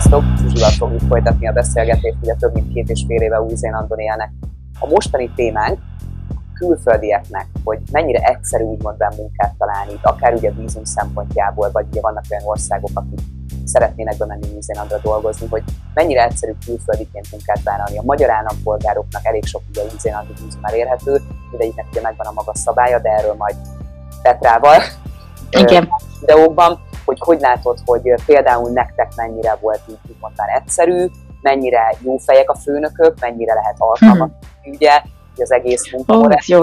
Sziasztok! Zsuzsival fogjuk folytatni a beszélgetést, ugye több mint 2,5 éve Új-Zélandon élnek. A mostani témánk külföldieknek, hogy mennyire egyszerű úgymond munkát találni, akár ugye vízum szempontjából, vagy ugye vannak olyan országok, akik szeretnének bemenni Új-Zélandra dolgozni, hogy mennyire egyszerű külföldiként munkát vállalni. A magyar állampolgároknak elég sok ugye új-zélandi vízum elérhető, mindegyiknek ugye megvan a maga szabálya, de erről majd Petrával videókban, hogy látod, hogy például nektek mennyire volt így mondtán egyszerű, mennyire jó fejek a főnökök, mennyire lehet alkalmas ugye az egész munkamodell. Jó.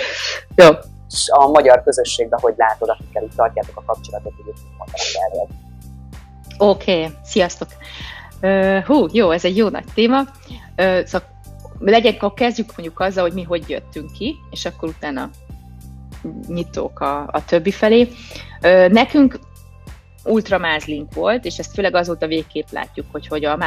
És a magyar közösségben hogy látod, akikkel úgy tartjátok a kapcsolatot, hogy mit mondanak erről? Oké, sziasztok! Jó, ez egy jó nagy téma. Szóval akkor kezdjük mondjuk azzal, hogy mi hogy jöttünk ki, és akkor utána nyitók a többi felé. Nekünk ultramázlink volt, és ezt főleg azóta végképp látjuk, hogy a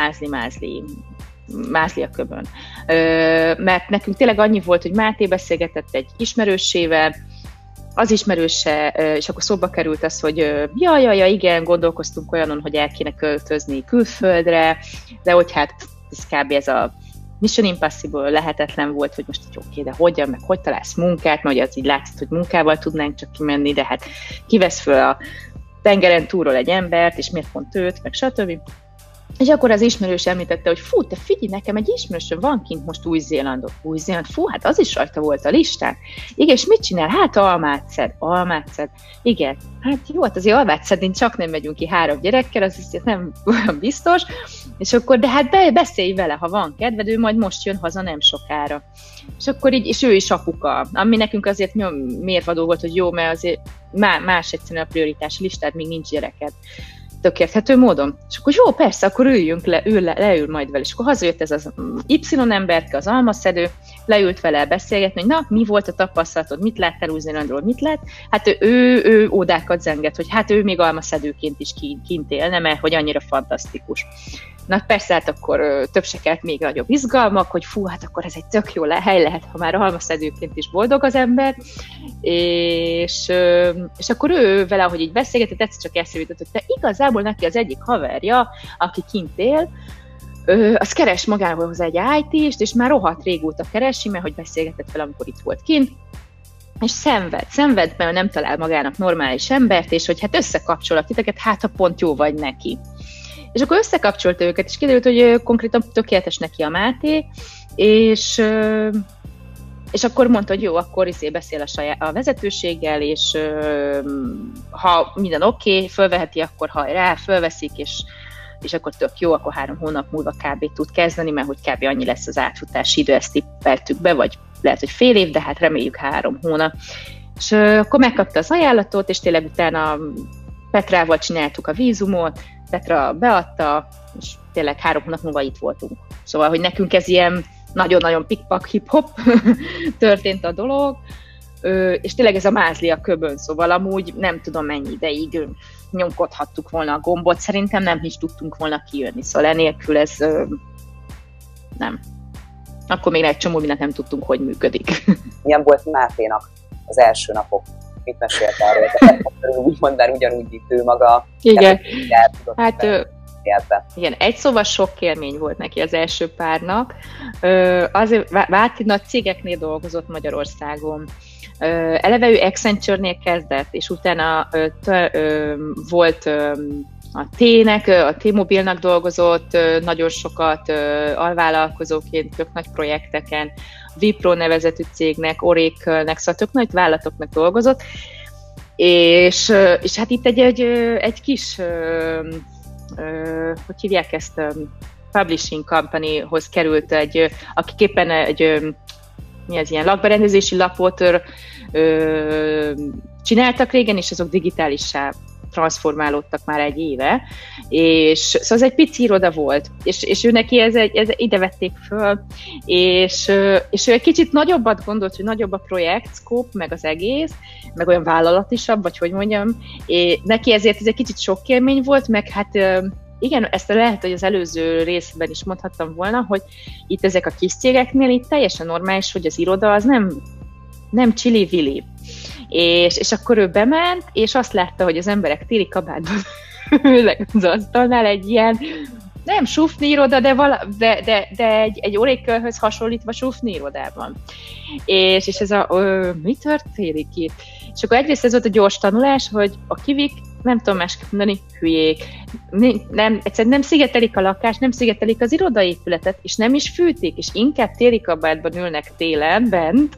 mázli a köbön. Mert nekünk tényleg annyi volt, hogy Máté beszélgetett egy ismerősével, az ismerőse, és akkor szóba került az, hogy ja, igen, gondolkoztunk olyanon, hogy el kéne költözni külföldre, de hogy hát ez kb. Ez a Mission Impossible lehetetlen volt, hogy most oké, de hogyan, meg hogy találsz munkát, mert az így látszott, hogy munkával tudnánk csak kimenni, de hát kivesz föl a tengeren túlról egy embert, és miért pont őt, meg stb. És akkor az ismerős említette, hogy fú, te figyelj, nekem egy ismerősöm van kint most Új-Zélandon. Új-Zéland, fú, hát az is rajta volt a listán. Igen, és mit csinál? Hát almát szed. Igen, hát jó, hát azért almát szedni csak nem megyünk ki 3 gyerekkel, az nem olyan biztos. És akkor, de hát beszélj vele, ha van kedved, ő majd most jön haza nem sokára. És akkor így, és ő is apuka, ami nekünk azért mérvadó volt, hogy jó, mert azért más egyszerűen a prioritási listád, még nincs gyereked. Tök érthető módon. És akkor jó, persze, akkor üljünk le, leül majd vele. És akkor hazajött ez az Y emberke, az almaszedő, leült vele beszélgetni, hogy na, mi volt a tapasztalatod, mit láttál Új-Zélandról, mit lát? Hát ő ódákat zenget, hogy hát ő még almaszedőként is kint élne, mert hogy annyira fantasztikus. Na persze, hát akkor több se kellett még nagyobb izgalmak, hogy fú, hát akkor ez egy tök jó hely lehet, ha már almaszedőként is boldog az ember, és akkor ő vele, ahogy így beszélgetett, egyszer csak eszébe jutott, hogy te igazából neki az egyik haverja, aki kint él, az keres magából hozzá egy IT-st, és már rohadt régóta keresi, mert hogy beszélgetett vele, amikor itt volt kint, és szenved, mert nem talál magának normális embert, és hogy hát összekapcsolak titeket, hát ha pont jó vagy neki. És akkor összekapcsolta őket, és kiderült, hogy konkrétan tökéletes neki a Máté, és akkor mondta, hogy jó, akkor beszél a vezetőséggel, és ha minden oké, fölveheti, akkor hajrá, fölveszik, és akkor tök jó, akkor 3 hónap múlva kb. Tud kezdeni, mert hogy kb. Annyi lesz az átfutási idő, ezt tippeltük be, vagy lehet, hogy fél év, de hát reméljük 3 hónap. És akkor megkapta az ajánlatot, és tényleg utána Petrával csináltuk a vízumot, Petra beadta, és tényleg 3 hónap múlva itt voltunk. Szóval, hogy nekünk ez ilyen nagyon-nagyon pikpak hip-hop történt a dolog, és tényleg ez a mázli a köbön, szóval amúgy nem tudom mennyi ideig nyomkodhattuk volna a gombot, szerintem nem is tudtunk volna kijönni, szóval enélkül ez nem. Akkor még egy csomó mindent nem tudtunk, hogy működik. Milyen volt Máténak az első napok? Mit mesélt erről? Úgy mondani, ugyanúgy itt ő maga. Igen, hát igen, egy szóval sok élmény volt neki az első párnak. Azért Váti nagy cégeknél dolgozott Magyarországon. Eleve ő Accenture-nél kezdett, és utána volt a T-nek, a T-Mobilnak dolgozott nagyon sokat alvállalkozóként, tök nagy projekteken, Wipro nevezetű cégnek, Oracle-nek, szóval tök nagy vállalatoknak dolgozott, és hát itt egy kis, hogy hívják ezt, publishing companyhoz került akik éppen ilyen lakberendezési lapot csináltak régen, és azok digitálissá transformálódtak már egy éve, és szóval ez egy pici iroda volt, és ő neki ez ide vették föl, és ő egy kicsit nagyobbat gondolt, hogy nagyobb a projekt, scope, meg az egész, meg olyan vállalatisabb, vagy hogy mondjam, és neki ezért ez egy kicsit sok élmény volt, meg hát igen, ezt lehet, hogy az előző részben is mondhattam volna, hogy itt ezek a kis cégeknél itt teljesen normális, hogy az iroda az nem csili-vili. És akkor ő bement, és azt látta, hogy az emberek téli kabátban ülnek az asztalnál egy ilyen nem sufni iroda, de egy Oracle-höz hasonlítva sufni irodában. És ez mi történik itt? És akkor egyrészt ez volt a gyors tanulás, hogy a kivik, nem tudom másképp mondani, hülyék. Egyszerűen nem szigetelik a lakást, nem szigetelik az irodaépületet, és nem is fűtik, és inkább téli kabátban ülnek télen bent,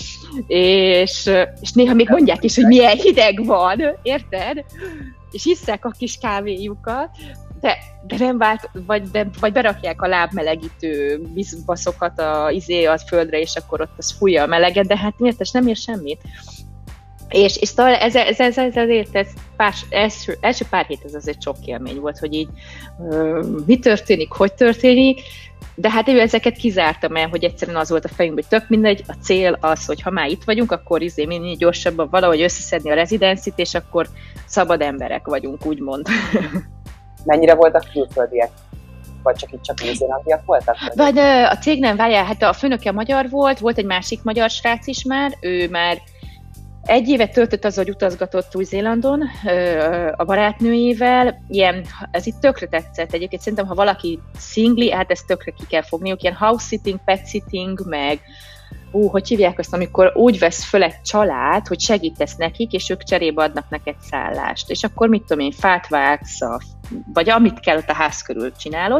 és néha még mondják is, hogy milyen hideg van, érted? És hisszák a kis kávéjukat, de nem vagy berakják a lábmelegítő bizbaszokat a földre, és akkor ott az fújja a meleget, de hát miért, nem ér semmit. És ez azért első pár hét ez azért sok élmény volt, hogy így mi történik, hogy történik, de hát ő ezeket kizártam el, hogy egyszerűen az volt a fejünkben, hogy tök mindegy, a cél az, hogy ha már itt vagyunk, akkor minél gyorsabban valahogy összeszedni a rezidencit, és akkor szabad emberek vagyunk, úgymond. Mennyire voltak külföldiek? Vagy csak új-zélandiak voltak? Vagy a cég nem, várjál, hát a főnöke magyar volt egy másik magyar srác is már, ő már 1 évet töltött azzal, hogy utazgatott Új-Zélandon a barátnőjével. Ez itt tökre tetszett. Egyébként szerintem, ha valaki szingli, hát ezt tökre ki kell fogniuk. Ilyen house sitting, pet sitting, meg hogy hívják azt, amikor úgy vesz föl egy család, hogy segítesz nekik, és ők cserébe adnak neked szállást. És akkor mit tudom én, fát vágsz, vagy amit kell ott a ház körül csinálod.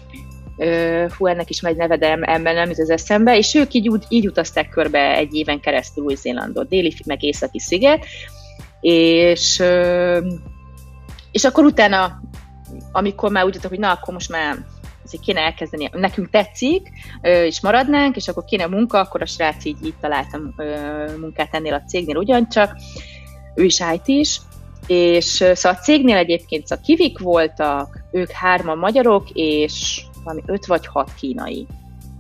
Ennek is megy neve, de ember nem jut az eszembe, és ők így utazták körbe 1 éven keresztül Új-Zélandot, déli meg északi sziget, és akkor utána, amikor már úgy jöttek, hogy na, akkor most már azért kéne elkezdeni, nekünk tetszik, és maradnánk, és akkor kéne munka, akkor a srác így találtam munkát ennél a cégnél ugyancsak, ő is IT-s, és szóval a cégnél egyébként a kivik voltak, ők 3 magyarok, és valami 5 vagy 6 kínai.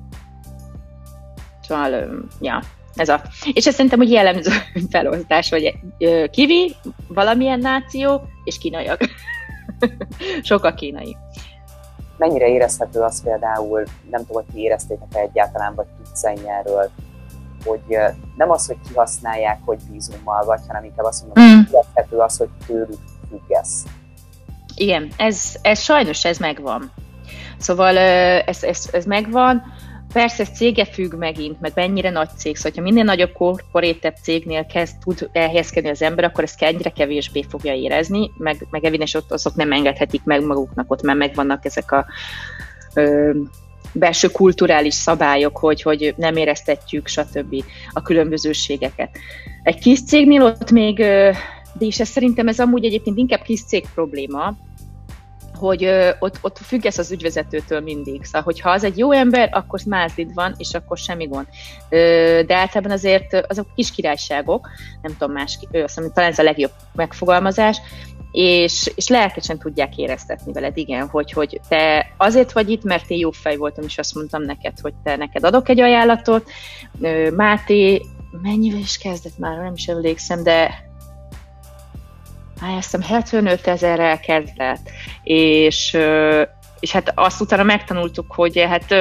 Szóval, és ezt szerintem, hogy jellemző felosztás, hogy kivi, valamilyen náció, és kínaiak. Sok a kínai. Mennyire érezhető az például, nem tudom, hogy ti éreztétek egyáltalán, vagy tudsz erről, hogy nem az, hogy kihasználják, hogy vízummal vagy, hanem inkább azt mondom, hogy érezhető az, hogy tőlük függesz. Igen, ez sajnos ez megvan. Szóval ez megvan, persze ez cége függ megint, meg mennyire nagy cég, szóval ha minél nagyobb korporétebb cégnél tud elhelyezkedni az ember, akkor ezt ennyire kevésbé fogja érezni, meg evidens ott azok nem engedhetik meg maguknak, ott már megvannak ezek a belső kulturális szabályok, hogy nem éreztetjük, stb. A különbözőségeket. Egy kis cégnél ott még, de is ez szerintem ez amúgy egyébként inkább kis cég probléma, hogy ott függesz az ügyvezetőtől mindig. Szóval, hogyha az egy jó ember, akkor mázlid van, és akkor semmi gond. De általában azért azok kis királyságok, nem tudom azt mondom, talán ez a legjobb megfogalmazás, és lelkesen tudják éreztetni veled, igen, hogy te azért vagy itt, mert én jó fej voltam, és azt mondtam neked, hogy te neked adok egy ajánlatot. Máté, mennyivel is kezdett már, nem is emlékszem, de azt hiszem 75 000-rel kezdett, és hát azt utána megtanultuk, hogy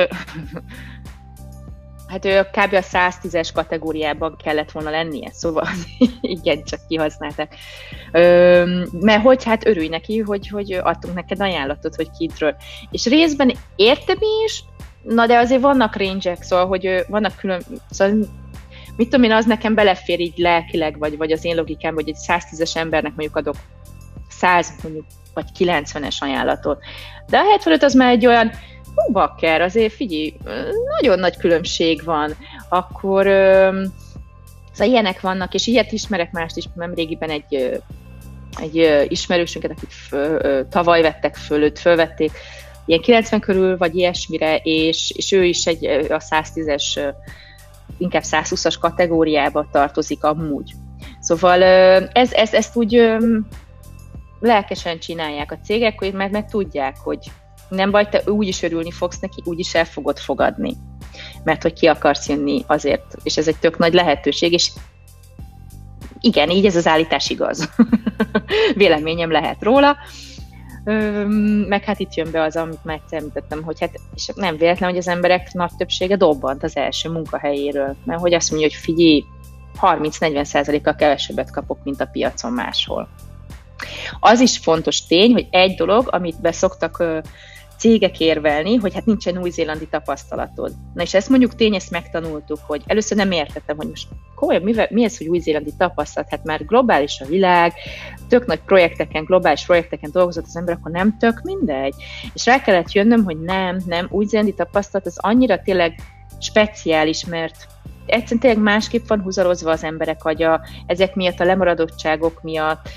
hát ő kb. A 110-es kategóriában kellett volna lennie, szóval igen, csak kihasználták. Mert hogy hát örülj neki, hogy adtunk neked ajánlatot, hogy kintről. És részben értem is, na de azért vannak range-ek, szóval, hogy vannak külön, szóval mit tudom én, az nekem belefér így lelkileg, vagy az én logikám, hogy egy 110-es embernek mondjuk adok 100 mondjuk, vagy 90-es ajánlatot. De a 75 az már egy olyan, bakker, azért figyelj, nagyon nagy különbség van. Akkor szóval ilyenek vannak, és ilyet ismerek mást is, nemrégiben egy ismerősünket, akit tavaly vettek föl, őt fölvették, ilyen 90 körül, vagy ilyesmire, és ő is a 110-es, inkább 120-as kategóriába tartozik amúgy. Szóval ezt úgy lelkesen csinálják a cégek, mert meg tudják, hogy nem baj, te úgyis örülni fogsz neki, úgyis el fogod fogadni. Mert hogy ki akarsz jönni azért, és ez egy tök nagy lehetőség, és igen, így ez az állítás igaz. Véleményem lehet róla. Meg hát itt jön be az, amit már egyszer említettem, hogy hát, és nem véletlen, hogy az emberek nagy többsége dobbant az első munkahelyéről, mert hogy azt mondja, hogy figyelj, 30-40%-kal kevesebbet kapok, mint a piacon máshol. Az is fontos tény, hogy egy dolog, amit beszoktak cégek érvelni, hogy hát nincsen új-zélandi tapasztalatod. Na és ezt mondjuk ezt megtanultuk, hogy először nem értettem, hogy most komolyan mi ez, hogy új-zélandi tapasztalat? Hát már globális a világ, tök nagy projekteken, globális projekteken dolgozott az ember, akkor nem tök mindegy. És rá kellett jönnöm, hogy nem, új-zélandi tapasztalat az annyira tényleg speciális, mert egyszerűen tényleg másképp van húzalozva az emberek agya, ezek miatt, a lemaradottságok miatt,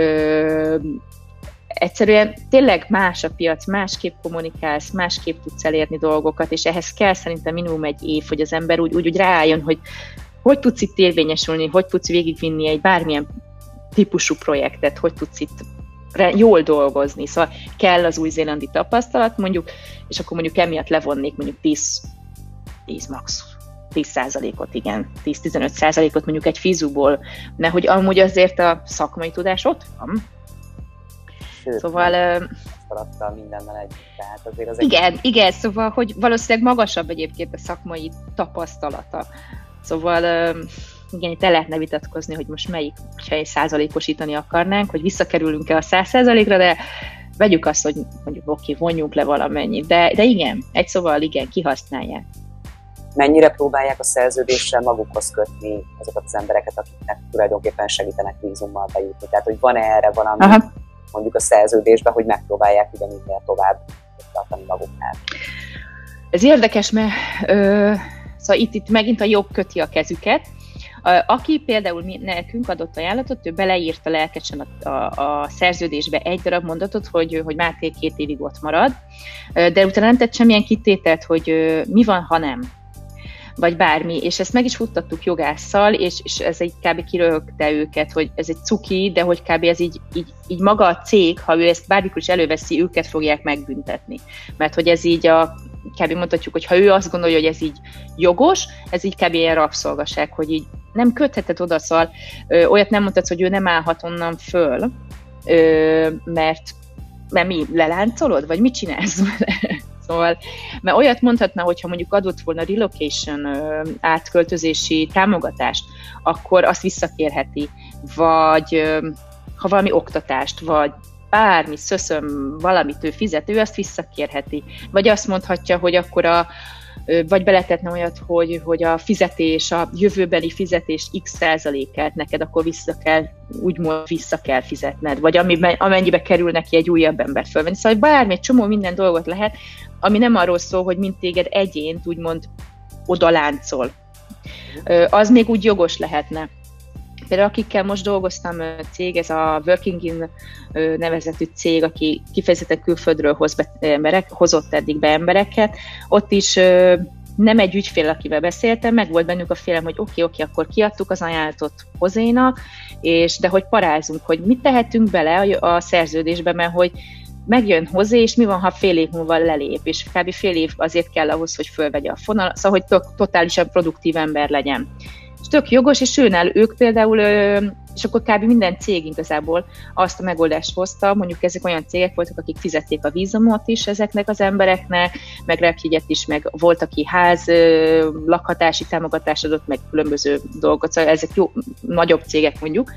egyszerűen tényleg más a piac, másképp kommunikálsz, másképp tudsz elérni dolgokat, és ehhez kell szerintem minimum egy év, hogy az ember úgy ráálljon, hogy tudsz itt érvényesülni, hogy tudsz végigvinni egy bármilyen típusú projektet, hogy tudsz itt jól dolgozni. Szóval kell az új-zélandi tapasztalat, mondjuk, és akkor mondjuk emiatt levonnék mondjuk 10 max. 10%-ot, igen, 10-15%-ot mondjuk egy fizuból, mert hogy amúgy azért a szakmai tudás ott van. Sőt, szóval... mindennel együtt, tehát azért az igen, szóval, hogy valószínűleg magasabb egyébként a szakmai tapasztalata. Szóval, igen, itt el lehetne vitatkozni, hogy most melyik, ha egy százalékosítani akarnánk, hogy visszakerülünk-e a 100%-ra, de vegyük azt, hogy mondjuk oké, vonjunk le valamennyit, de igen, egy szóval igen, kihasználják. Mennyire próbálják a szerződéssel magukhoz kötni azokat az embereket, akiknek tulajdonképpen segítenek vízummal bejutni? Tehát, hogy van-e erre valami mondjuk a szerződésben, hogy megpróbálják ugye minél tovább tartani maguknál? Ez érdekes, mert szóval itt megint a jog köti a kezüket. Aki például nekünk adott ajánlatot, ő beleírta lelkesen a szerződésbe egy darab mondatot, hogy Máté 2 évig ott marad, de utána nem tett semmilyen kitételt, hogy mi van, ha nem. Vagy bármi, és ezt meg is futtattuk jogásszal, és ez egy kb. Kiröhögte őket, hogy ez egy cuki, de hogy kb. Ez így maga a cég, ha ő ezt bármikor is előveszi, őket fogják megbüntetni. Mert hogy ez így kb. Mondhatjuk, hogy ha ő azt gondolja, hogy ez így jogos, ez így kb. Ilyen rabszolgaság, hogy így nem kötheted oda, szóval olyat nem mondhatsz, hogy ő nem állhat onnan föl, mert mi, leláncolod, vagy mit csinálsz? Szóval, mert olyat mondhatna, hogyha mondjuk adott volna relocation átköltözési támogatást, akkor azt visszakérheti, vagy ha valami oktatást, vagy bármi szöszöm, valamit ő fizet, ő azt visszakérheti. Vagy azt mondhatja, hogy akkor vagy beletetne olyat, hogy a fizetés, a jövőbeli fizetés x% neked akkor úgymond vissza kell fizetned, vagy amennyibe kerül neki egy újabb embert fölvenni. Szóval bármi, egy csomó minden dolgot lehet, ami nem arról szól, hogy mint téged egyént úgymond odaláncol. Az még úgy jogos lehetne. Például akikkel most dolgoztam cég, ez a Working In nevezetű cég, aki kifejezetten külföldről hozott eddig be embereket, ott is nem egy ügyfél, akivel beszéltem, meg volt bennük a félem, hogy oké, akkor kiadtuk az ajánlatot Hozénak, de hogy parázunk, hogy mit tehetünk bele a szerződésbe, mert hogy megjön Hozé, és mi van, ha fél év múlva lelép, és kb. Fél év azért kell ahhoz, hogy fölvegye a fonal, szóval, hogy totálisan produktív ember legyen. És tök jogos, és ők például, és akkor kb. Minden cég igazából azt a megoldást hozta, mondjuk ezek olyan cégek voltak, akik fizették a vízumot is ezeknek az embereknek, meg repjegyet is, meg volt, aki lakhatási támogatást adott, meg különböző dolgot, szóval ezek jó, nagyobb cégek mondjuk,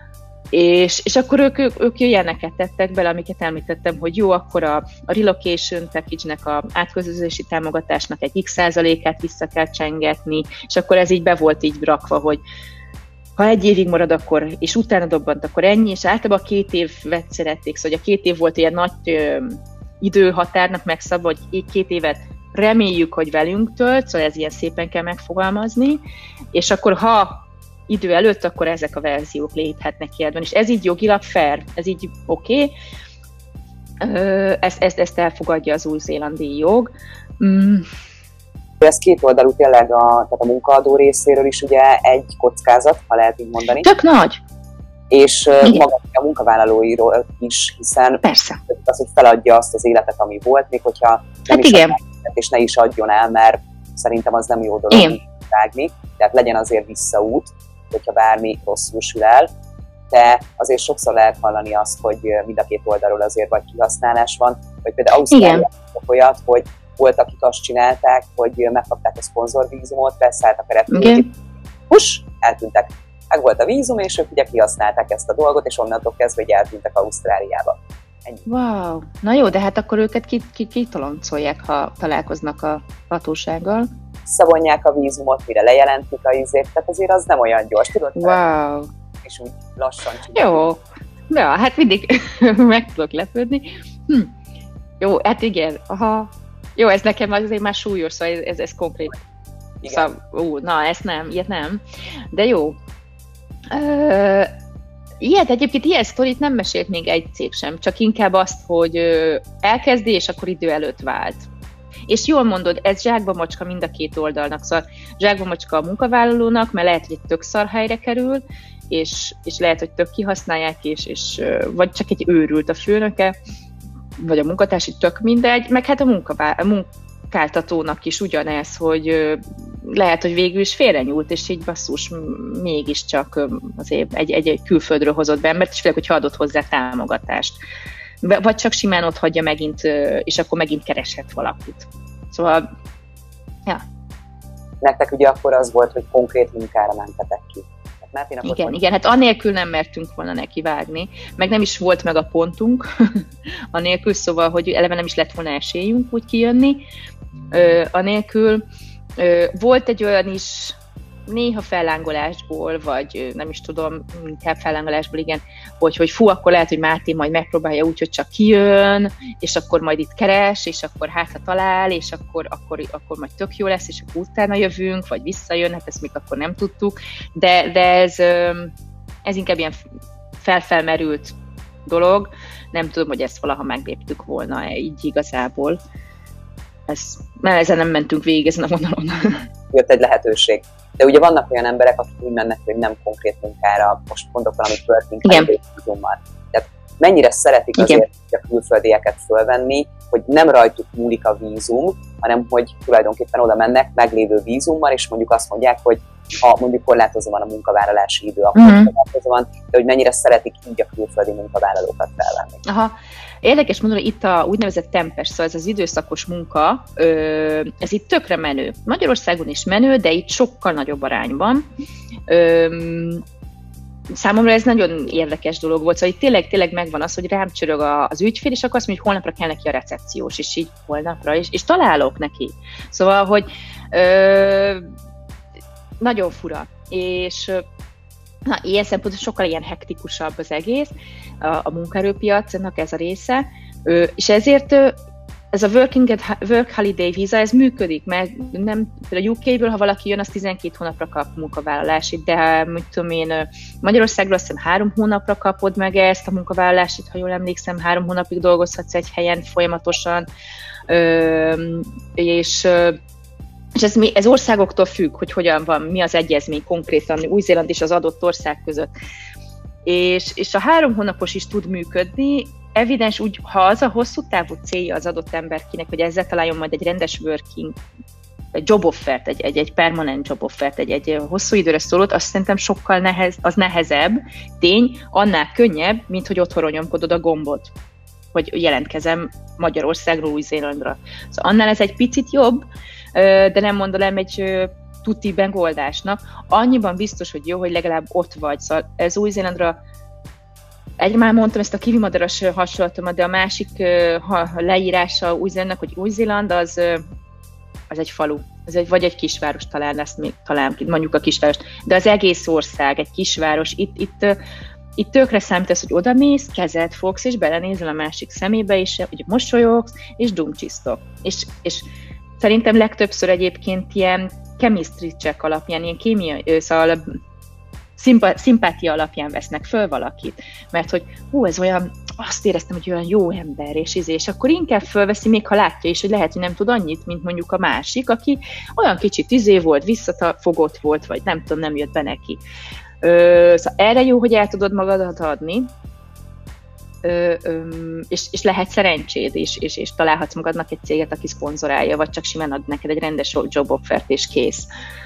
és akkor ők ilyeneket tettek bele, amiket említettem, hogy jó, akkor a relocation package-nek, a átköltözési támogatásnak egy x%-át vissza kell csengetni, és akkor ez így be volt így rakva, hogy ha 1 évig marad, akkor, és utána dobbant, akkor ennyi, és általában 2 évet szerették, szóval a 2 év volt ilyen nagy időhatárnak megszabva, hogy 2 évet reméljük, hogy velünk tölt, szóval ez ilyen szépen kell megfogalmazni, és akkor ha idő előtt, akkor ezek a verziók léphetnek életben, és ez így jogilag fair, ez így oké. Ezt elfogadja az új-zélandi jog. Ez kétoldalú tényleg tehát a munkaadó részéről is ugye egy kockázat, ha lehet így mondani. Tök nagy! És maga a munkavállalóiról is, hiszen persze. Az, hogy feladja azt az életet, ami volt, még hogyha nem is igen. És ne is adjon el, mert szerintem az nem jó dolog vágni, tehát legyen azért visszaút, hogyha bármi rosszul sül el, de azért sokszor lehet hallani azt, hogy mind a két oldalról azért vagy kihasználás van, vagy például Ausztráliában olyat, hogy volt, akik azt csinálták, hogy megkapták a szponzorvízumot, beszálltak a repülőgépre, eltűntek. Meg volt a vízum, és ők ugye kihasználták ezt a dolgot, és onnantól kezdve eltűntek Ausztráliába. Ennyi. Wow, na jó, de hát akkor őket kitoloncolják, ha találkoznak a hatósággal. Visszavonják a vízumot, mire lejelentik a izét, tehát azért az nem olyan gyors, tudod? Wow. És úgy lassan csinálni. Jó, ja, hát mindig meg tudok lepődni. Jó, hát igen, aha. Jó, ez nekem azért már súlyos, szóval ez konkrét. Igen. Szóval, na, ezt nem, ilyet nem. De jó. Ilyet egyébként, ilyen sztorit nem mesélt még egy cég sem, csak inkább azt, hogy elkezdi, és akkor idő előtt vált. És jól mondod, ez zsákba macska mind a két oldalnak, szóval zsákba macska a munkavállalónak, mert lehet, hogy egy tök szar helyre kerül, és lehet, hogy tök kihasználják, és vagy csak egy őrült a főnöke, vagy a munkatársi, tök mindegy, meg hát a munkáltatónak is ugyanez, hogy lehet, hogy végül is félrenyúlt, és így basszus, mégiscsak azért egy külföldről hozott be embert, és főleg, hogyha adott hozzá támogatást. Vagy csak simán ott hagyja megint, és akkor megint kereshet valakit. Szóval, ja. Nektek ugye akkor az volt, hogy konkrét munkára mentetek ki. Igen, hát anélkül nem mertünk volna neki vágni, meg nem is volt meg a pontunk, anélkül, szóval, hogy eleve nem is lett volna esélyünk úgy kijönni, anélkül. Volt egy olyan is, néha fellángolásból, vagy nem is tudom, inkább fellángolásból, igen, hogy fú, akkor lehet, hogy Máté majd megpróbálja úgy, hogy csak kijön, és akkor majd itt keres, és akkor hátra talál, és akkor majd tök jó lesz, és akkor utána jövünk, vagy visszajön, hát ezt még akkor nem tudtuk, de ez inkább ilyen felmerült dolog, nem tudom, hogy ezt valaha megléptük volna így igazából. Mert ezen nem mentünk végig ezen a vonalon. Jött egy lehetőség. De ugye vannak olyan emberek, akik úgy mennek, hogy nem konkrét munkára, most mondok valami working vízummal. Tehát mennyire szeretik azért a külföldieket fölvenni, hogy nem rajtuk múlik a vízum, hanem hogy tulajdonképpen oda mennek meglévő vízummal, és mondjuk azt mondják, hogy ha mondjuk korlátozó van a munkavállalási idő, akkor korlátozó van, de hogy mennyire szeretik így a külföldi munkavállalókat felvenni. Aha. Érdekes mondani, itt a úgynevezett tempes, szóval ez az időszakos munka, ez itt tökre menő. Magyarországon is menő, de itt sokkal nagyobb arányban. Számomra ez nagyon érdekes dolog volt, szóval itt tényleg megvan az, hogy rám csörög az ügyfél, és akkor azt mondja, hogy holnapra kell neki a recepciós, és így holnapra is, és találok neki. Szóval, hogy nagyon fura, és ilyen szempontból sokkal ilyen hektikusabb az egész, a munkaerőpiacnak ez a része, és ezért ez a work holiday víza, ez működik, mert nem, például a UK-ből, ha valaki jön, az 12 hónapra kap munkavállalásit, de mit tudom én, Magyarországról azt hiszem 3 hónapra kapod meg ezt a munkavállalásit, ha jól emlékszem, 3 hónapig dolgozhatsz egy helyen folyamatosan, és ez országoktól függ, hogy hogyan van, mi az egyezmény konkrétan Új-Zéland és az adott ország között. És a 3 hónapos is tud működni, evidens úgy, ha az a hosszú távú célja az adott emberkinek, hogy ezzel találjon majd egy rendes working, egy job offert, egy permanent job offert, egy hosszú időre szólót, azt szerintem sokkal nehezebb, tény, annál könnyebb, mint hogy otthonról nyomkodod a gombot, hogy jelentkezem Magyarországról Új-Zélandra. Szóval annál ez egy picit jobb, de nem mondanám egy tuti megoldásnak. Annyiban biztos, hogy jó, hogy legalább ott vagy. Szóval ez Új-Zélandra, már mondtam ezt a kivimadaras hasonlatomat, de a másik leírása Új-Zélandnak, hogy Új-Zéland az egy falu. Vagy egy kisváros, talán mondjuk a kisváros, de az egész ország egy kisváros. Itt tökre számít az, hogy odamész, kezet fogsz, és belenézel a másik szemébe, és ugye mosolyogsz, és dumcsisztok. És szerintem legtöbbször egyébként ilyen chemistry check alapján, ilyen kémia, szóval szimpátia alapján vesznek föl valakit. Mert hogy ez olyan, azt éreztem, hogy olyan jó ember, és akkor inkább fölveszi, még ha látja is, hogy lehet, hogy nem tud annyit, mint mondjuk a másik, aki olyan kicsit volt, visszafogott volt, vagy nem tudom, nem jött be neki. Szóval erre jó, hogy el tudod magadat adni, és lehet szerencséd, és találhatsz magadnak egy céget, aki szponzorálja, vagy csak simán ad neked egy rendes job offert, és kész.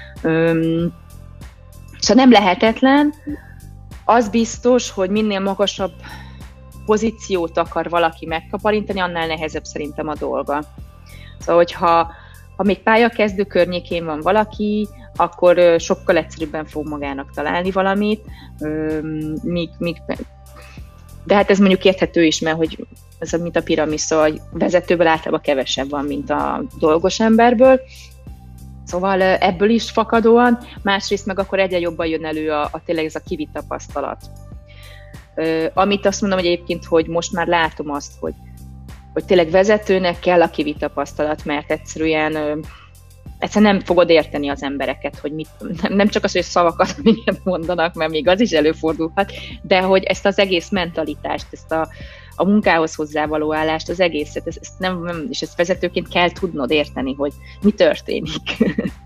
Szóval nem lehetetlen, az biztos, hogy minél magasabb pozíciót akar valaki megkaparintani, annál nehezebb szerintem a dolga. Szóval, hogyha még pályakezdő környékén van valaki, akkor sokkal egyszerűbben fog magának találni valamit, de hát ez mondjuk érthető is, mert hogy ez mint a piramis, szóval a vezetőből általában kevesebb van, mint a dolgos emberből. Szóval ebből is fakadóan, másrészt meg akkor egyre jobban jön elő tényleg ez a kivitt tapasztalat. Amit azt mondom, hogy egyébként, hogy most már látom azt, hogy tényleg vezetőnek kell a kivitt tapasztalat, mert egyszerűen nem fogod érteni az embereket, hogy nem csak az, hogy szavakat mindent mondanak, mert még az is előfordulhat, de hogy ezt az egész mentalitást, ezt a munkához hozzávaló állást, az egészet, ezt nem, és ezt vezetőként kell tudnod érteni, hogy mi történik.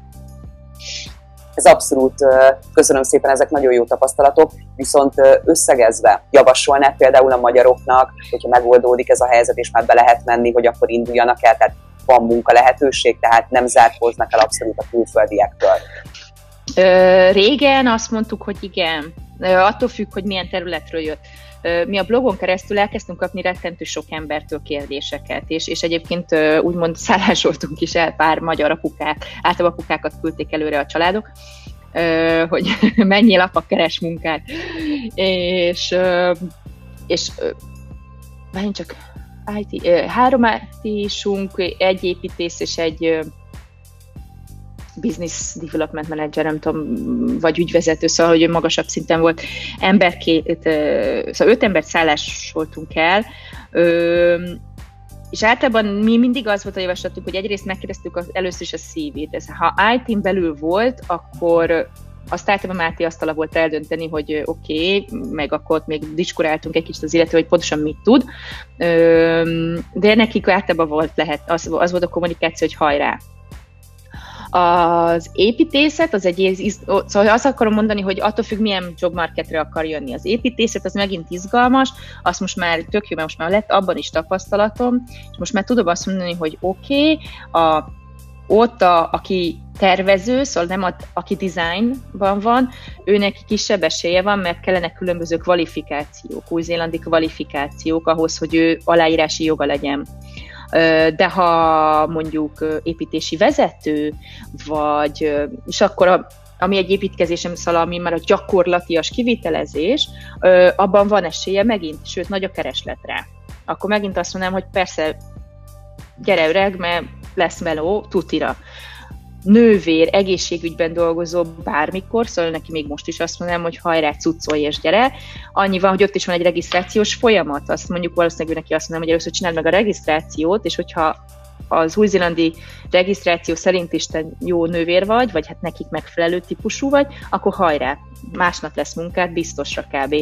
Ez abszolút, köszönöm szépen, ezek nagyon jó tapasztalatok, viszont összegezve javasolnák például a magyaroknak, hogyha megoldódik ez a helyzet, és már be lehet menni, hogy akkor induljanak el, tehát van munka lehetőség, tehát nem zárkóznak el abszolút a külföldiektől. Régen azt mondtuk, hogy igen, attól függ, hogy milyen területről jött. Mi a blogon keresztül elkezdtünk kapni rettentő sok embertől kérdéseket, és egyébként úgymond szállásoltunk is el pár magyar apukát, általában apukákat küldték előre a családok, hogy menjél apa, keres munkát. És várjunk csak, IT, 3 IT-sunk, egy építész és egy business development manager, nem tudom, vagy ügyvezető, szóval, hogy magasabb szinten volt szóval 5 embert szállásoltunk el, és általában mi mindig az volt a javaslatunk, hogy egyrészt megkérdeztük először is a CV-t. Ha IT-n belül volt, akkor azt általában Máté asztala volt eldönteni, hogy oké, meg akkor ott még diskuráltunk egy kicsit az illető, hogy pontosan mit tud, de nekik általában az volt a kommunikáció, hogy hajrá. Az építészet, szóval azt akarom mondani, hogy attól függ, milyen jobmarketre akar jönni. Az építészet, az megint izgalmas, azt most már tök jó, mert most már lett abban is tapasztalatom, és most már tudom azt mondani, hogy oké, aki tervező, szóval nem aki designban van, őnek kisebb esélye van, mert kellene különböző kvalifikációk, új-zélandi kvalifikációk ahhoz, hogy ő aláírási joga legyen. De ha mondjuk építési vezető, és akkor ami egy építkezésem, szóval ami már a gyakorlatias kivitelezés, abban van esélye megint, sőt nagy a kereslet rá. Akkor megint azt mondanám, hogy persze, gyere öreg, mert lesz meló, tutira. Nővér, egészségügyben dolgozó bármikor, szóval neki még most is azt mondanám, hogy hajrá, cuccolj és gyere. Annyi van, hogy ott is van egy regisztrációs folyamat. Azt mondjuk valószínűleg neki azt mondanám, hogy először csináld meg a regisztrációt, és hogyha az új-zélandi regisztráció szerint is te jó nővér vagy hát nekik megfelelő típusú vagy, akkor hajrá, másnap lesz munkád, biztosra kb.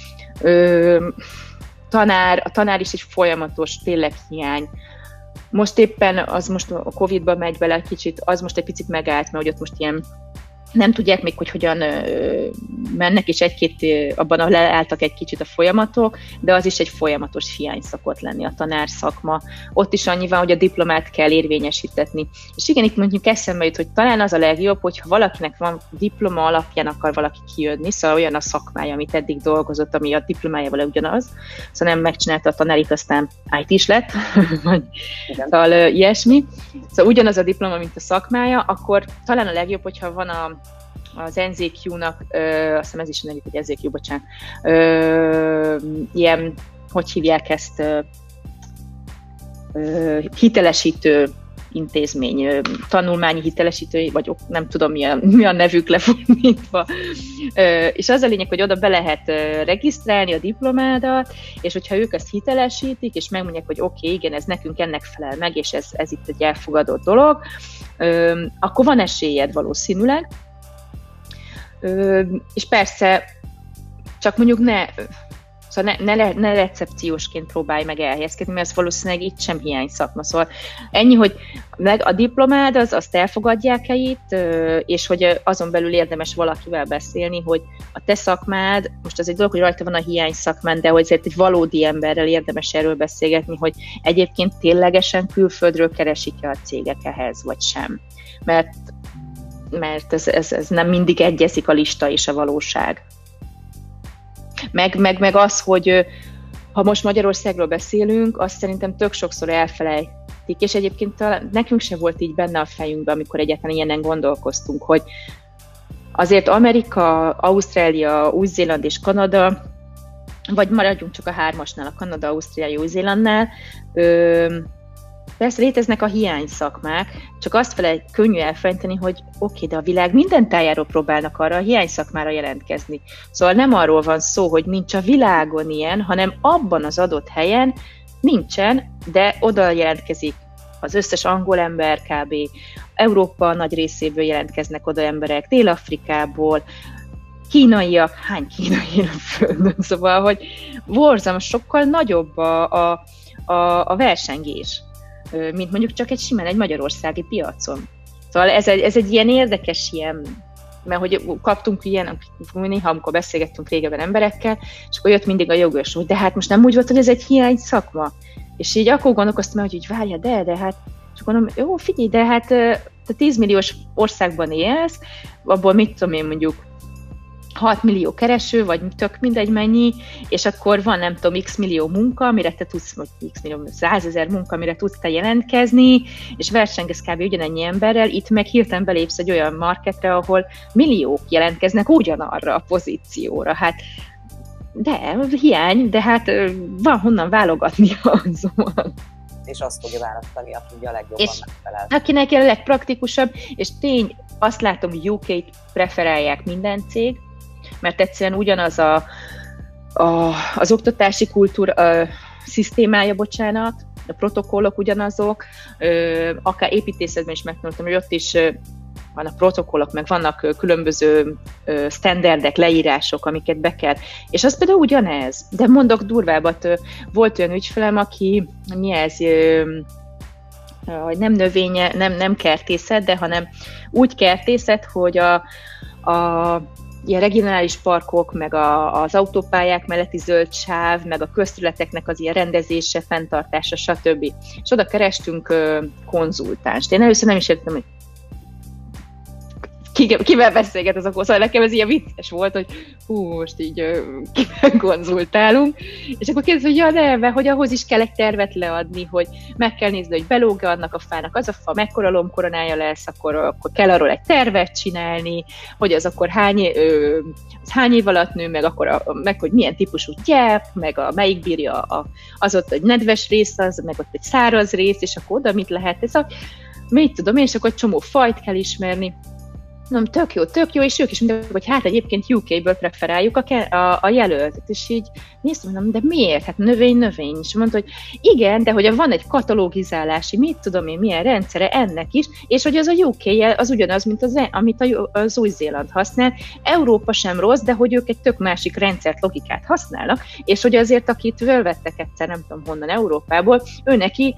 A tanár is egy folyamatos, tényleg hiány. Most éppen, most a Covid-ban megy bele kicsit, az most egy picit megállt, mert hogy ott most ilyen nem tudják még, hogy hogyan mennek, és abban leálltak egy kicsit a folyamatok, de az is egy folyamatos hiány szokott lenni a tanárszakma. Ott is annyi van, hogy a diplomát kell érvényesítetni. És igen, itt mondjuk eszembe jut, hogy talán az a legjobb, hogyha valakinek van diploma alapján akar valaki kijönni, szóval olyan a szakmája, amit eddig dolgozott, ami a diplomájával ugyanaz, szóval nem megcsinálta a tanárit, aztán IT is lett, vagy szóval ilyesmi. Szóval ugyanaz a diploma, mint a szakmája, akkor talán a legjobb, hogyha van az NZQ-nak, azt hiszem ez is nevük, hogy NZQ, bocsánat, ilyen, hogy hívják ezt, hitelesítő intézmény, tanulmányi hitelesítő, vagy nem tudom mi a nevük lefordítva. És az a lényeg, hogy oda be lehet regisztrálni a diplomádat, és hogyha ők ezt hitelesítik, és megmondják, hogy oké, igen, ez nekünk ennek felel meg, és ez itt egy elfogadott dolog, akkor van esélyed valószínűleg. És persze, csak mondjuk ne recepciósként próbálj meg elhelyezkedni, mert ez valószínűleg itt sem hiány szakma. Szóval ennyi, hogy meg a diplomád, azt elfogadják-e itt, és hogy azon belül érdemes valakivel beszélni, hogy a te szakmád, most az egy dolog, hogy rajta van a hiány szakmán, de hogy ezért egy valódi emberrel érdemes erről beszélgetni, hogy egyébként ténylegesen külföldről keresik-e a cégek ehhez, vagy sem. Mert ez nem mindig egyezik a lista és a valóság. Meg az, hogy ha most Magyarországról beszélünk, azt szerintem tök sokszor elfelejtik, és egyébként talán nekünk se volt így benne a fejünkben, amikor egyáltalán ilyenen gondolkoztunk, hogy azért Amerika, Ausztrália, Új-Zéland és Kanada vagy maradjunk csak a 3-asnál, a Kanada, Ausztria, Új-Zélandnál. Persze léteznek a hiány szakmák, csak azt könnyű elfelejteni, hogy oké, de a világ minden tájáról próbálnak arra a hiány szakmára jelentkezni. Szóval nem arról van szó, hogy nincs a világon ilyen, hanem abban az adott helyen nincsen, de oda jelentkezik az összes angol ember kb. Európa nagy részéből jelentkeznek oda emberek, Dél-Afrikából, kínaiak, hány kínai a földön, szóval, hogy borzalmas, sokkal nagyobb a versengés, mint mondjuk csak simán egy magyarországi piacon. Szóval ez egy ilyen érdekes mert hogy kaptunk ilyen, néha amikor beszélgettünk régebben emberekkel, és akkor jött mindig a jogos, hogy de hát most nem úgy volt, hogy ez egy hiány szakma. És így akkor gondolkoztam, hogy várja, de hát, és akkor mondom, jó, figyelj, de hát te 10 milliós országban élsz, abból mit tudom én mondjuk 6 millió kereső, vagy tök mindegy mennyi, és akkor van nem tudom x millió munka, amire te tudsz, vagy x millió, 100 000 munka, amire tudsz te jelentkezni, és versengesz kb. Ugyanennyi emberrel, itt meg hirtelen belépsz egy olyan marketre, ahol milliók jelentkeznek ugyanarra a pozícióra. Hát de hiány, de hát van honnan válogatni azon. És azt fogja választani, aki a legjobban megfelel. Akinek a legpraktikusabb, és azt látom, hogy UK-t preferálják minden cég, mert egyszerűen ugyanaz az oktatási kultúra szisztémája, bocsánat, a protokollok ugyanazok, akár építészetben is megtanultam, hogy ott is vannak protokollok, meg vannak különböző standardek, leírások, amiket be kell. És az például ugyanez. De mondok durvábbat, volt olyan ügyfelem, aki, hogy nem növénye, nem kertészet, de hanem úgy kertészet, hogy a ilyen regionális parkok, meg az autópályák melletti zöld sáv, meg a közterületeknek az ilyen rendezése, fenntartása, stb. És oda kerestünk konzultánst. Én először nem is értem, hogy kivel beszélget az akkor, szóval nekem ez ilyen vicces volt, hogy most így kivel konzultálunk, és akkor kérdez, hogy hogy ahhoz is kell egy tervet leadni, hogy meg kell nézni, hogy belóg-e annak a fának, az a fa mekkora lombkoronája lesz, akkor kell arról egy tervet csinálni, hogy az akkor hány év alatt nő, meg hogy milyen típusú gyep, meg melyik bírja az ott egy nedves rész, meg ott egy száraz rész, és akkor oda mit lehet, mit tudom én, és akkor egy csomó fajt kell ismerni. Mondom, tök jó, és ők is mondják, hogy hát egyébként UK-ből preferáljuk a jelöltet, és így néztem, mondom, de miért? Hát növény, és mondta, hogy igen, de hogy van egy katalógizálási, mit tudom én, milyen rendszere ennek is, és hogy az a UK az ugyanaz, mint amit az Új-Zéland használ. Európa sem rossz, de hogy ők egy tök másik rendszert, logikát használnak, és hogy azért, akit fölvettek egyszer, nem tudom honnan, Európából, ő neki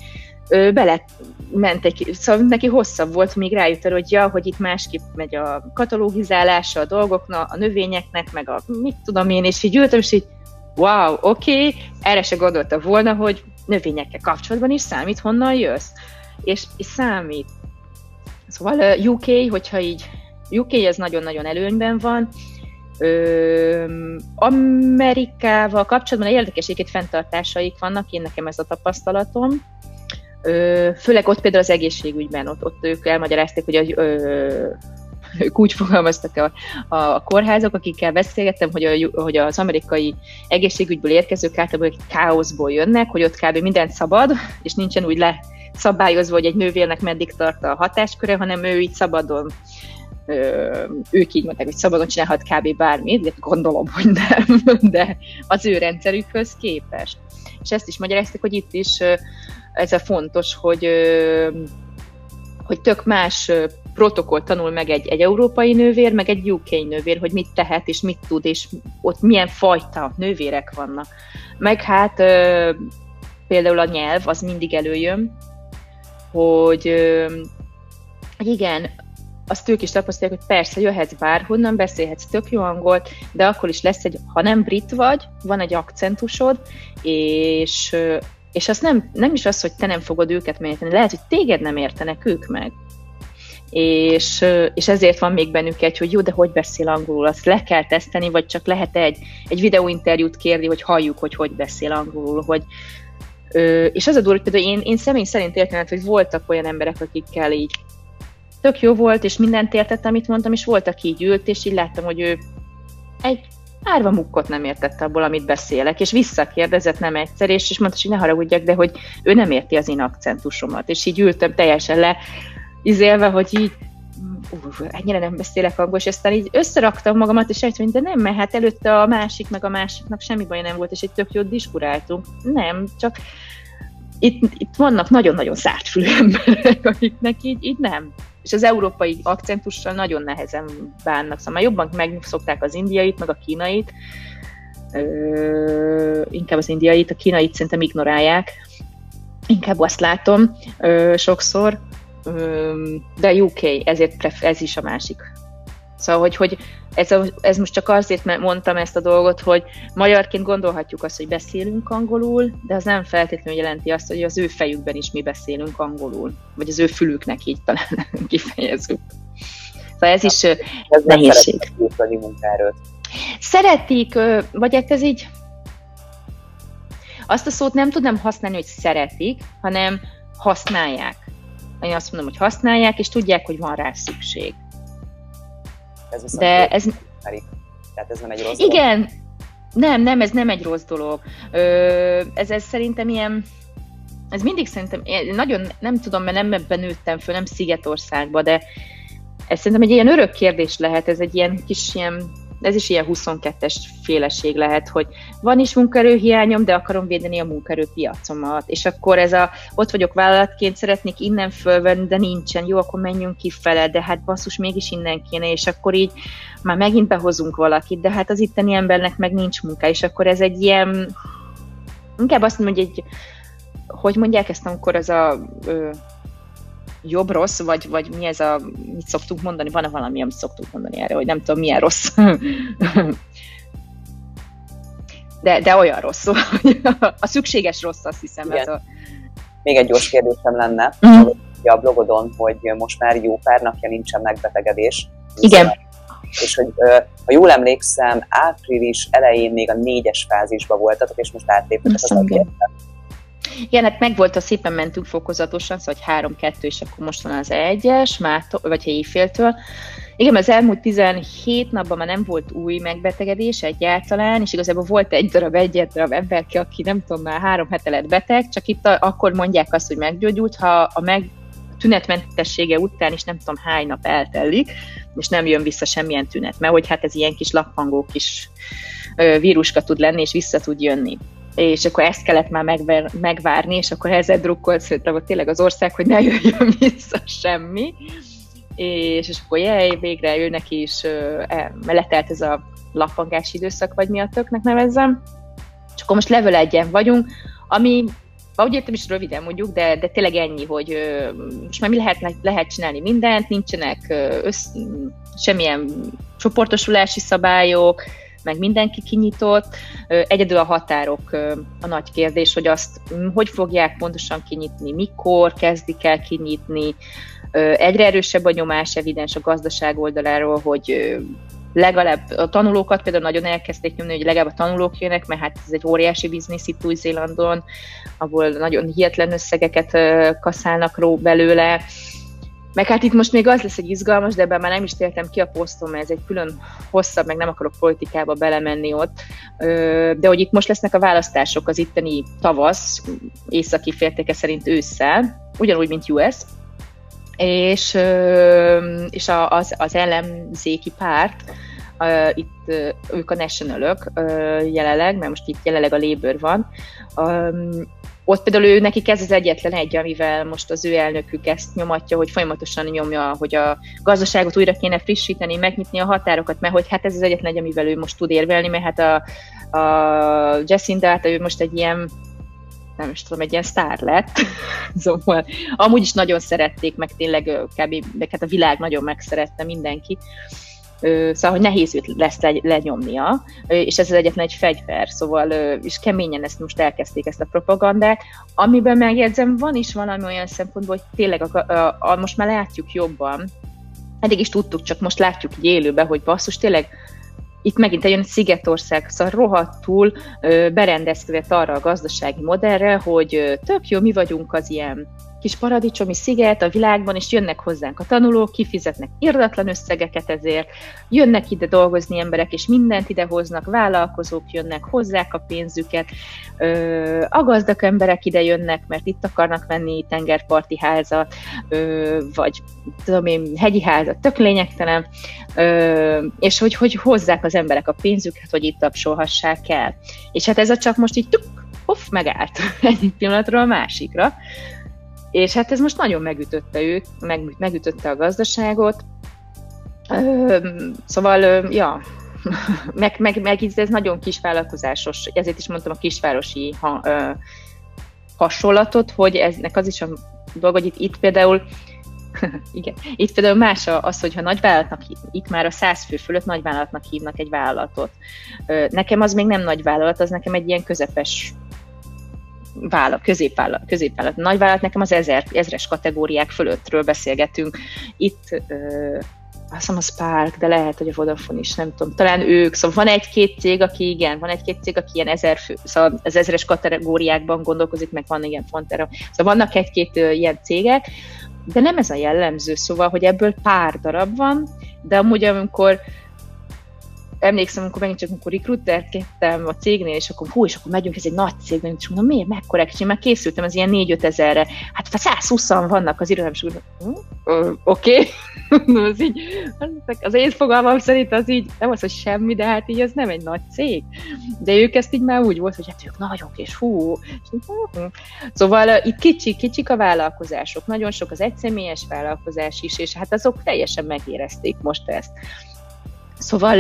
szóval neki hosszabb volt, még rájött arra, hogy itt másképp megy a katalógizálása a dolgoknak, a növényeknek, meg mit tudom én, és így ültem, és így wow, oké, erre se gondolta volna, hogy növényekkel kapcsolatban is számít, honnan jössz. És számít. Szóval UK, hogyha így, UK ez nagyon-nagyon előnyben van, Amerikával kapcsolatban érdekes fenntartásaik vannak, én nekem ez a tapasztalatom. Főleg ott például az egészségügyben, ott ők elmagyarázták, hogy ők úgy fogalmaztak a kórházak, akikkel beszélgettem, hogy az amerikai egészségügyből érkezők általában egy káoszból jönnek, hogy ott kb. Mindent szabad, és nincsen úgy leszabályozva, hogy egy nővérnek meddig tart a hatásköre, hanem ő így szabadon, ők így mondták, hogy szabadon csinálhat kb. Bármit, de gondolom, hogy nem, de az ő rendszerükhöz képest. És ezt is magyarázták, hogy itt is ez a fontos, hogy tök más protokoll tanul meg egy európai nővér, meg egy UK nővér, hogy mit tehet, és mit tud, és ott milyen fajta nővérek vannak. Meg hát például a nyelv, az mindig előjön, hogy igen, azt ők is tapasztalják, hogy persze jöhetsz bárhonnan, beszélhetsz tök jó angolt, de akkor is lesz ha nem brit vagy, van egy akcentusod, és az nem is az, hogy te nem fogod őket megérteni, lehet, hogy téged nem értenek ők meg. És ezért van még bennük hogy jó, de hogy beszél angolul, azt le kell teszteni, vagy csak lehet egy videóinterjút kérni, hogy halljuk, hogy beszél angolul, és az a durva, hogy például én személy szerint értem, hogy voltak olyan emberek, akikkel így tök jó volt, és mindent értett, amit mondtam, és voltak így ült, és így láttam, hogy ő árva mukkot nem értette abból, amit beszélek, és visszakérdezett nem egyszer, és mondta, hogy ne haragudjak, de hogy ő nem érti az én akcentusomat, és így ültem teljesen leizélve, hogy így ennyire nem beszélek angol, és aztán így összeraktam magamat, és eljöttem, de nem, mert hát előtte a másik, meg a másiknak semmi baj nem volt, és egy tök jót diskuráltunk. Nem, csak itt vannak nagyon-nagyon zártfülű emberek, akiknek így nem. És az európai akcentussal nagyon nehezen bánnak, szóval már jobban megszokták az indiait, meg a kínait, inkább az indiait, a kínait szerintem ignorálják, inkább azt látom sokszor, de UK, ezért ez is a másik. Szóval, hogy ez most csak azért mondtam ezt a dolgot, hogy magyarként gondolhatjuk azt, hogy beszélünk angolul, de az nem feltétlenül jelenti azt, hogy az ő fejükben is mi beszélünk angolul, vagy az ő fülüknek így talán kifejezzük. Szóval ez is nehézség. Szeretik, vagy hát ez így, azt a szót nem tudnám használni, hogy szeretik, hanem használják. Én azt mondom, hogy használják, és tudják, hogy van rá szükség. De ez... Tehát ez nem egy rossz dolog? Igen, nem, ez nem egy rossz dolog. Ez szerintem ilyen, ez mindig szerintem, nagyon nem tudom, mert nem ebben nőttem föl, nem Szigetországban, de ez szerintem egy ilyen örök kérdés lehet, ez egy ilyen kis ilyen, ez is ilyen 22-es féleség lehet, hogy van is munkaerőhiányom, de akarom védeni a munkaerőpiacomat, és akkor ott vagyok vállalatként, szeretnék innen fölvenni, de nincsen, jó, akkor menjünk kifele, de hát basszus, mégis innen kéne, és akkor így már megint behozunk valakit, de hát az itteni embernek meg nincs munka, és akkor ez egy ilyen, inkább azt mondom, hogy hogy mondják ezt, amikor az a jobb-rossz, vagy mi ez mit szoktuk mondani? Van-e valami, amit szoktuk mondani erre, hogy nem tudom, milyen rossz. de olyan rossz, szóval, a szükséges rossz, azt hiszem. Ez Még egy gyors kérdésem lenne, a blogodon, hogy most már jó pár napja nincsen megbetegedés. Igen. És hogy ha jól emlékszem, április elején még a 4-es fázisban voltatok, és most átléptetek az agyérbe. Igen, hát megvolt, szépen mentünk fokozatosan, szóval 3-2, és akkor most van az 1-es, vagy éjféltől. Igen, az elmúlt 17 napban már nem volt új megbetegedés egyáltalán, és igazából volt egy darab emberke, aki nem tudom, már 3 hete lett beteg, csak itt akkor mondják azt, hogy meggyógyult, ha a tünetmentessége után is nem tudom hány nap eltelik, és nem jön vissza semmilyen tünet, mert hogy hát ez ilyen kis lappangó kis víruska tud lenni, és vissza tud jönni. És akkor ezt kellett már megvárni, és akkor ezzel drukkolt szerintem hogy tényleg az ország, hogy ne jöjjön vissza semmi. És akkor végre ő neki is letelt ez a lappangási időszak, vagy mi a töknek nevezzem. És akkor most level 1-en vagyunk, ami, ahogy értem is röviden mondjuk, de tényleg ennyi, hogy most már mi lehet csinálni mindent, nincsenek semmilyen csoportosulási szabályok, meg mindenki kinyitott. Egyedül a határok a nagy kérdés, hogy azt hogy fogják pontosan kinyitni, mikor kezdik el kinyitni. Egyre erősebb a nyomás, evidens a gazdaság oldaláról, hogy legalább a tanulókat például nagyon elkezdték nyomni, hogy legalább a tanulók jönnek, mert hát ez egy óriási biznisz itt Új-Zélandon, ahol nagyon hihetlen összegeket kaszálnak belőle. Meg hát itt most még az lesz egy izgalmas, de ebben már nem is tértem ki a poszton, mert ez egy külön hosszabb, meg nem akarok politikába belemenni ott, de hogy itt most lesznek a választások az itteni tavasz, északi féltéke szerint ősszel, ugyanúgy, mint US, és az ellenzéki párt, itt ők a nationalök jelenleg, mert most itt jelenleg a Labour van, ott például nekik ez az egyetlen egy, amivel most az ő elnökük ezt nyomatja, hogy folyamatosan nyomja, hogy a gazdaságot újra kéne frissíteni, megnyitni a határokat, mert hogy hát ez az egyetlen egy, amivel ő most tud érvelni, mert hát a Jacinda, ő most egy ilyen, nem is tudom, egy ilyen sztár lett. Szóval amúgy is nagyon szerették, meg tényleg kb. Hát a világ nagyon megszerette mindenki. Szóval, hogy nehéz őt lesz lenyomnia, és ez az egyetlen egy fegyver, szóval, és keményen ezt most elkezdték ezt a propagandát, amiben megjegyzem, van is valami olyan szempontból, hogy tényleg most már látjuk jobban, eddig is tudtuk, csak most látjuk így élőben, hogy basszus, tényleg itt megint egy Szigetország, szóval rohadtul berendezkedett arra a gazdasági modellre, hogy tök jó, mi vagyunk az ilyen kis paradicsomi sziget a világban, és jönnek hozzánk a tanulók, kifizetnek irdatlan összegeket ezért, jönnek ide dolgozni emberek, és mindent ide hoznak, vállalkozók jönnek, hozzák a pénzüket, a gazdag emberek ide jönnek, mert itt akarnak venni tengerparti házat, vagy tudom én, hegyi házat, tök lényegtelen, és hogy hozzák az emberek a pénzüket, hogy itt tapsolhassák el. És hát ez a csak most így megállt egyik pillanatról a másikra, és hát ez most nagyon megütötte őt, megütötte a gazdaságot, szóval, ja, meg ez nagyon kisvállalkozásos, ezért is mondtam a kisvárosi hasonlatot, hogy eznek az is a dolog, hogy itt például igen. Itt például más az, hogyha nagyvállalatnak, itt már a 100 fő fölött nagyvállalatnak hívnak egy vállalatot. Nekem az még nem nagyvállalat, az nekem egy ilyen közepes középvállalat. Nagyvállalat nekem az ezres kategóriák fölöttről beszélgetünk. Itt azt hiszem a Spark, de lehet, hogy a Vodafone is, nem tudom, talán ők, szóval van egy-két cég, aki ilyen 1000 fő, szóval az ezres kategóriákban gondolkozik, meg van igen Fontera. Szóval vannak egy-két ilyen cégek, de nem ez a jellemző, szóval, hogy ebből pár darab van, de amúgy amikor emlékszem, amikor recruiterkedtem a cégnél, és akkor megyünk, ez egy nagy cég, és mondom, miért, mekkora, és én már készültem az ilyen 4-5 ezerre, hát 120 vannak az irodában, és oké. Az én fogalmam szerint az így, nem az, hogy semmi, de hát így ez nem egy nagy cég. De ők ezt így már úgy volt, hogy hát ők nagyok, és Szóval itt kicsik a vállalkozások, nagyon sok az egyszemélyes vállalkozás is, és hát azok teljesen megérezték most ezt. Szóval,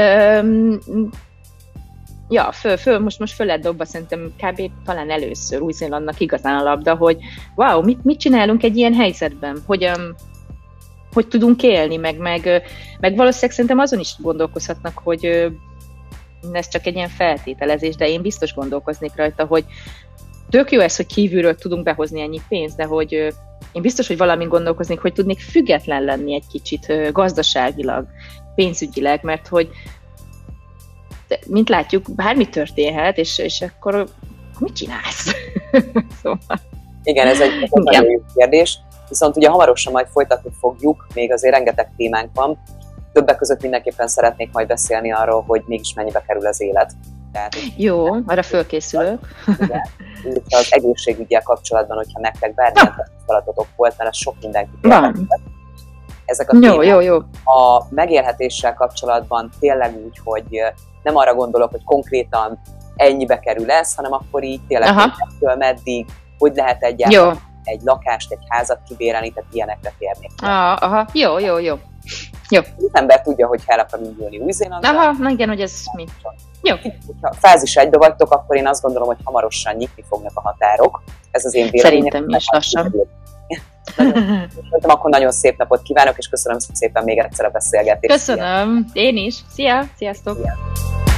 ja, most föl lett dobva, szerintem kb. Talán először Új-Zélandnak igazán a labda, hogy wow, mit csinálunk egy ilyen helyzetben, hogy tudunk élni, meg valószínűleg szerintem azon is gondolkozhatnak, hogy ez csak egy ilyen feltételezés, de én biztos gondolkoznék rajta, hogy tök jó ez, hogy kívülről tudunk behozni ennyi pénzt, de hogy én biztos, hogy valamin gondolkoznék, hogy tudnék független lenni egy kicsit gazdaságilag, pénzügyileg, mert hogy mint látjuk, bármi történhet, és akkor mit csinálsz? Szóval. Igen, ez egy nagyon jó kérdés, viszont ugye hamarosan majd folytatni fogjuk, még azért rengeteg témánk van. Többek között mindenképpen szeretnék majd beszélni arról, hogy mégis mennyibe kerül az élet. Tehát, jó, arra fölkészülök. Igen, az egészségügyel kapcsolatban, hogyha nektek bármilyen tapasztalatotok volt, mert ez sok mindenki érdekel. Ezek a témák jó. A megélhetéssel kapcsolatban tényleg úgy, hogy nem arra gondolok, hogy konkrétan ennyibe kerül ez, hanem akkor így tényleg ettől meddig, hogy lehet egyáltalán egy lakást, egy házat kibérelni, tehát ilyenekre térnék. Jó. Az ember tudja, hogy el akar indulni Új-Zélandra. Igen, hogy ez mi. Jó. Ha fázis egybe vagytok, akkor én azt gondolom, hogy hamarosan nyitni fognak a határok. Ez az én véleményem. Szerintem is lassan. Akkor nagyon szép napot kívánok, és köszönöm szépen még egyszer a beszélgetést. Köszönöm, én is. Sziasztok! Szia.